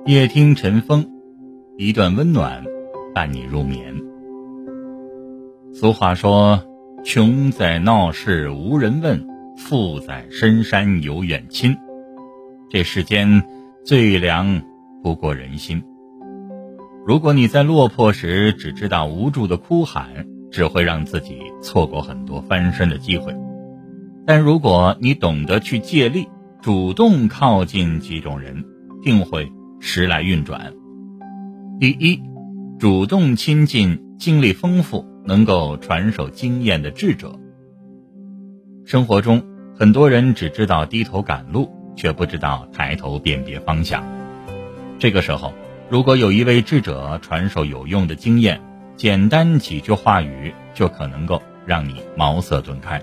夜听晨风，一段温暖伴你入眠。俗话说，穷在闹市无人问，富在深山有远亲。这世间最凉不过人心。如果你在落魄时只知道无助的哭喊，只会让自己错过很多翻身的机会。但如果你懂得去借力，主动靠近几种人，定会时来运转。第一，主动亲近经历丰富、能够传授经验的智者。生活中，很多人只知道低头赶路，却不知道抬头辨别方向。这个时候，如果有一位智者传授有用的经验，简单几句话语就可能够让你茅塞顿开。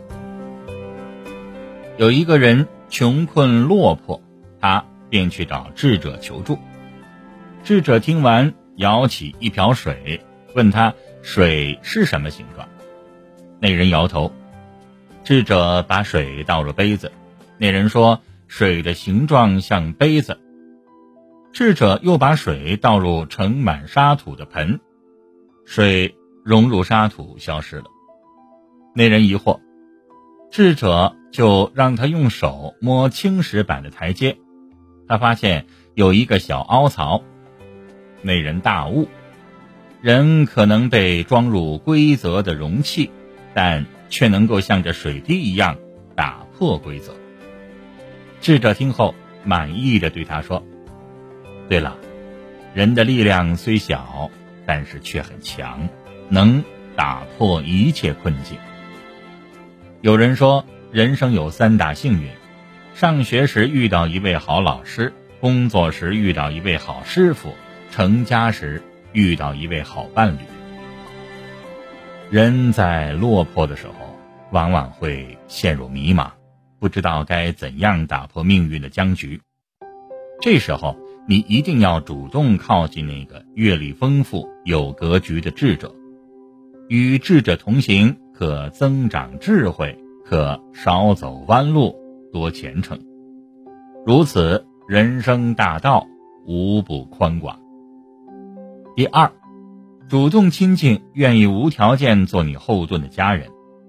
有一个人穷困落魄，他便去找智者求助。智者听完，舀起一瓢水，问他水是什么形状。那人摇头。智者把水倒入杯子，那人说水的形状像杯子。智者又把水倒入盛满沙土的盆，水融入沙土消失了。那人疑惑，智者就让他用手摸青石板的台阶，他发现有一个小凹槽。那人大悟，人可能被装入规则的容器，但却能够像这水滴一样打破规则。智者听后满意地对他说，对了，人的力量虽小，但是却很强，能打破一切困境。有人说，人生有三大幸运：上学时遇到一位好老师，工作时遇到一位好师傅，成家时遇到一位好伴侣。人在落魄的时候，往往会陷入迷茫，不知道该怎样打破命运的僵局。这时候，你一定要主动靠近那个阅历丰富、有格局的智者。与智者同行，可增长智慧，可少走弯路，多前程。如此，人生大道无不宽广。第二，主动亲近愿意无条件做你后盾的家人。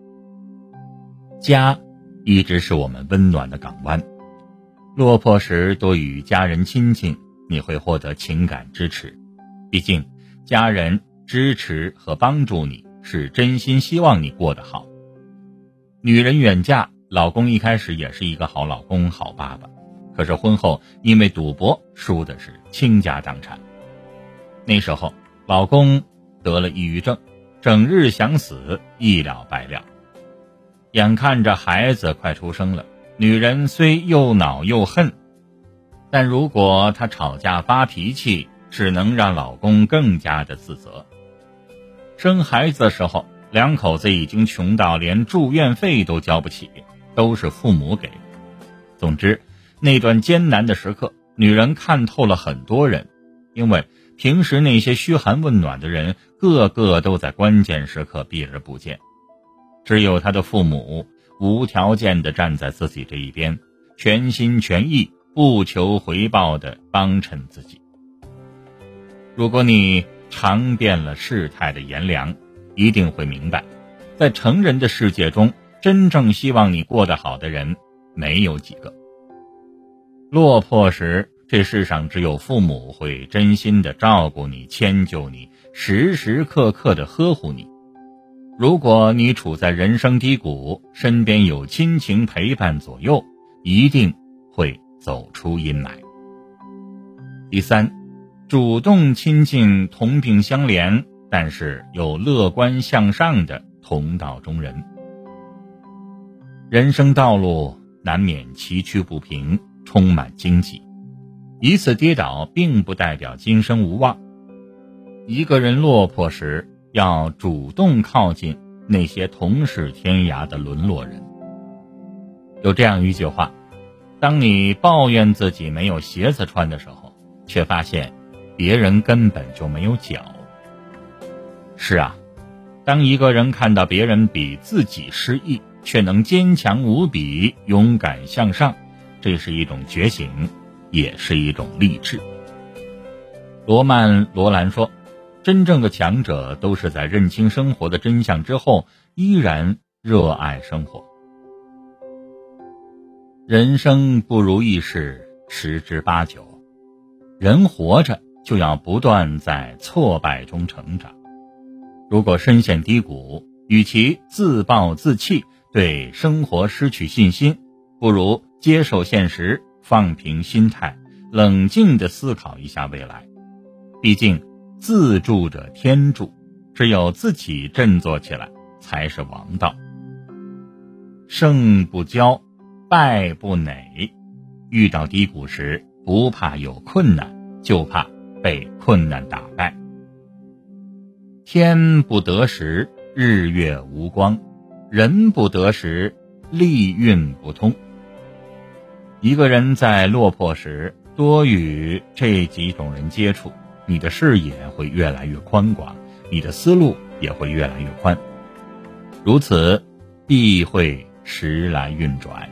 家一直是我们温暖的港湾，落魄时多与家人亲近，你会获得情感支持。毕竟家人支持和帮助你，是真心希望你过得好。女人远嫁，老公一开始也是一个好老公、好爸爸，可是婚后因为赌博输的是倾家荡产。那时候老公得了抑郁症，整日想死，一了百了。眼看着孩子快出生了，女人虽又恼又恨，但如果她吵架发脾气，只能让老公更加的自责。生孩子的时候，两口子已经穷到连住院费都交不起，都是父母给。总之，那段艰难的时刻，女人看透了很多人，因为平时那些嘘寒问暖的人，个个都在关键时刻避而不见。只有她的父母无条件地站在自己这一边，全心全意不求回报地帮衬自己。如果你尝遍了世态的炎凉，一定会明白，在成人的世界中，真正希望你过得好的人没有几个。落魄时，这世上只有父母会真心地照顾你、迁就你，时时刻刻地呵护你。如果你处在人生低谷，身边有亲情陪伴左右，一定会走出阴霾。第三，主动亲近同病相怜，但是又乐观向上的同道中人。人生道路难免崎岖不平，充满荆棘。一次跌倒并不代表今生无望。一个人落魄时，要主动靠近那些同是天涯的沦落人。有这样一句话，当你抱怨自己没有鞋子穿的时候，却发现别人根本就没有脚。是啊，当一个人看到别人比自己失意，却能坚强无比、勇敢向上，这是一种觉醒，也是一种励志。 罗曼·罗兰说，真正的强者都是在认清生活的真相之后，依然热爱生活。人生不如意事十之八九，人活着就要不断在挫败中成长。如果深陷低谷，与其自暴自弃，对生活失去信心，不如接受现实，放平心态，冷静地思考一下未来。毕竟自助者天助，只有自己振作起来才是王道。胜不骄，败不馁，遇到低谷时，不怕有困难，就怕被困难打败。天不得时，日月无光；人不得时，利运不通。一个人在落魄时，多与这几种人接触，你的视野会越来越宽广，你的思路也会越来越宽，如此必会时来运转。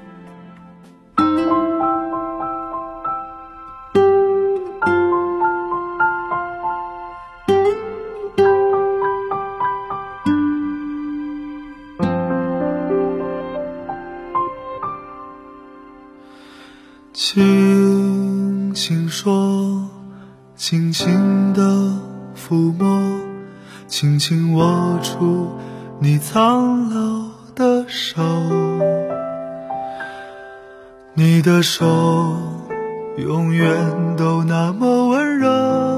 轻轻说，轻轻地抚摸，轻轻握住你苍老的手，你的手永远都那么温柔，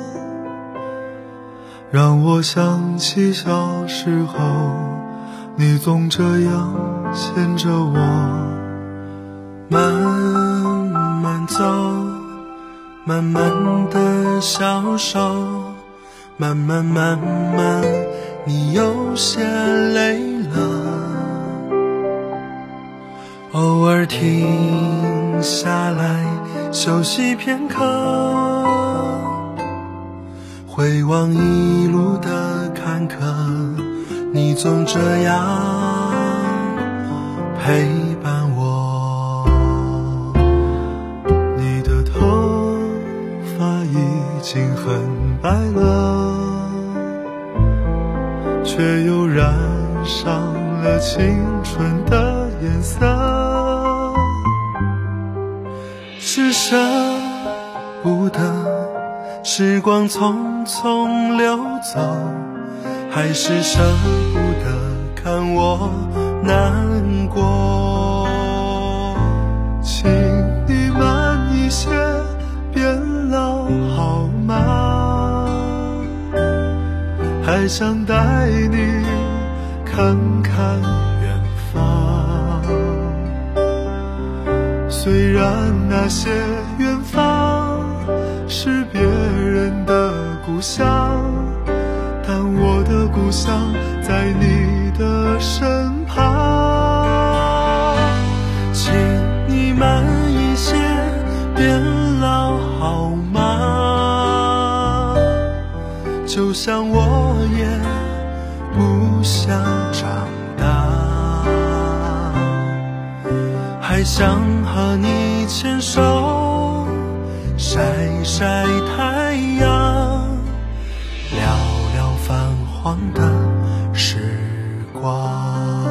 让我想起小时候，你总这样牵着我，慢慢走，慢慢的消瘦，慢慢你有些累了，偶尔停下来休息片刻，回望一路的坎坷，你总这样陪伴我。你的头发已经很白了，却又染上了青春的颜色，是舍不得时光匆匆流走，还是舍不得看我难过？请你慢一些，变老好吗？还想带你看看远方，虽然那些远方是别人的故乡，但我的故乡在你的身旁。请你慢一些，变老好吗？就像我也不想长大，还想和你牵手晒晒太阳，聊聊泛黄的时光。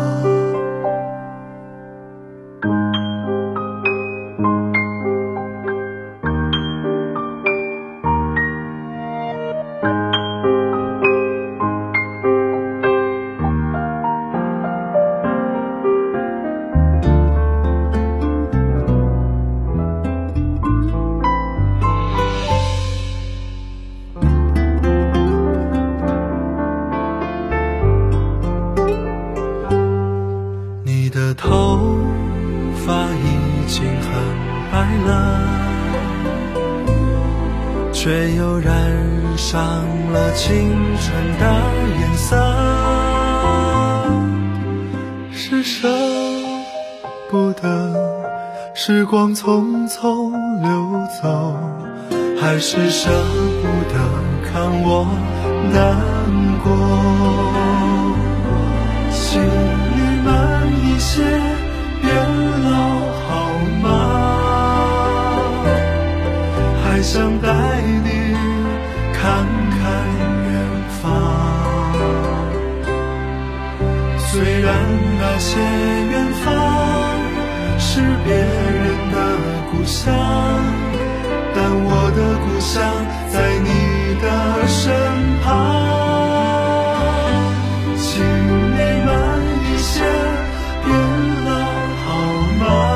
你的头发已经很白了，却又染上了青春的颜色，是舍不得时光匆匆流走，还是舍不得看我难过？请你慢一些，变老好吗？还想带你看看远方。虽然那些远方是别人的故乡，但我的故乡在你的身旁。请你慢一些，别老好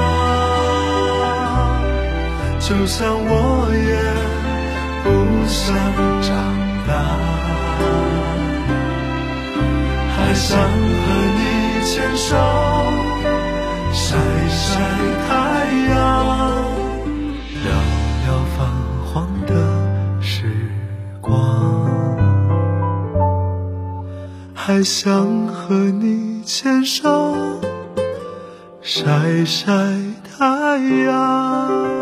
吗？就像我也不想长大，还想和你牵手晒晒太阳，聊聊泛黄的时光，还想和你牵手晒晒太阳。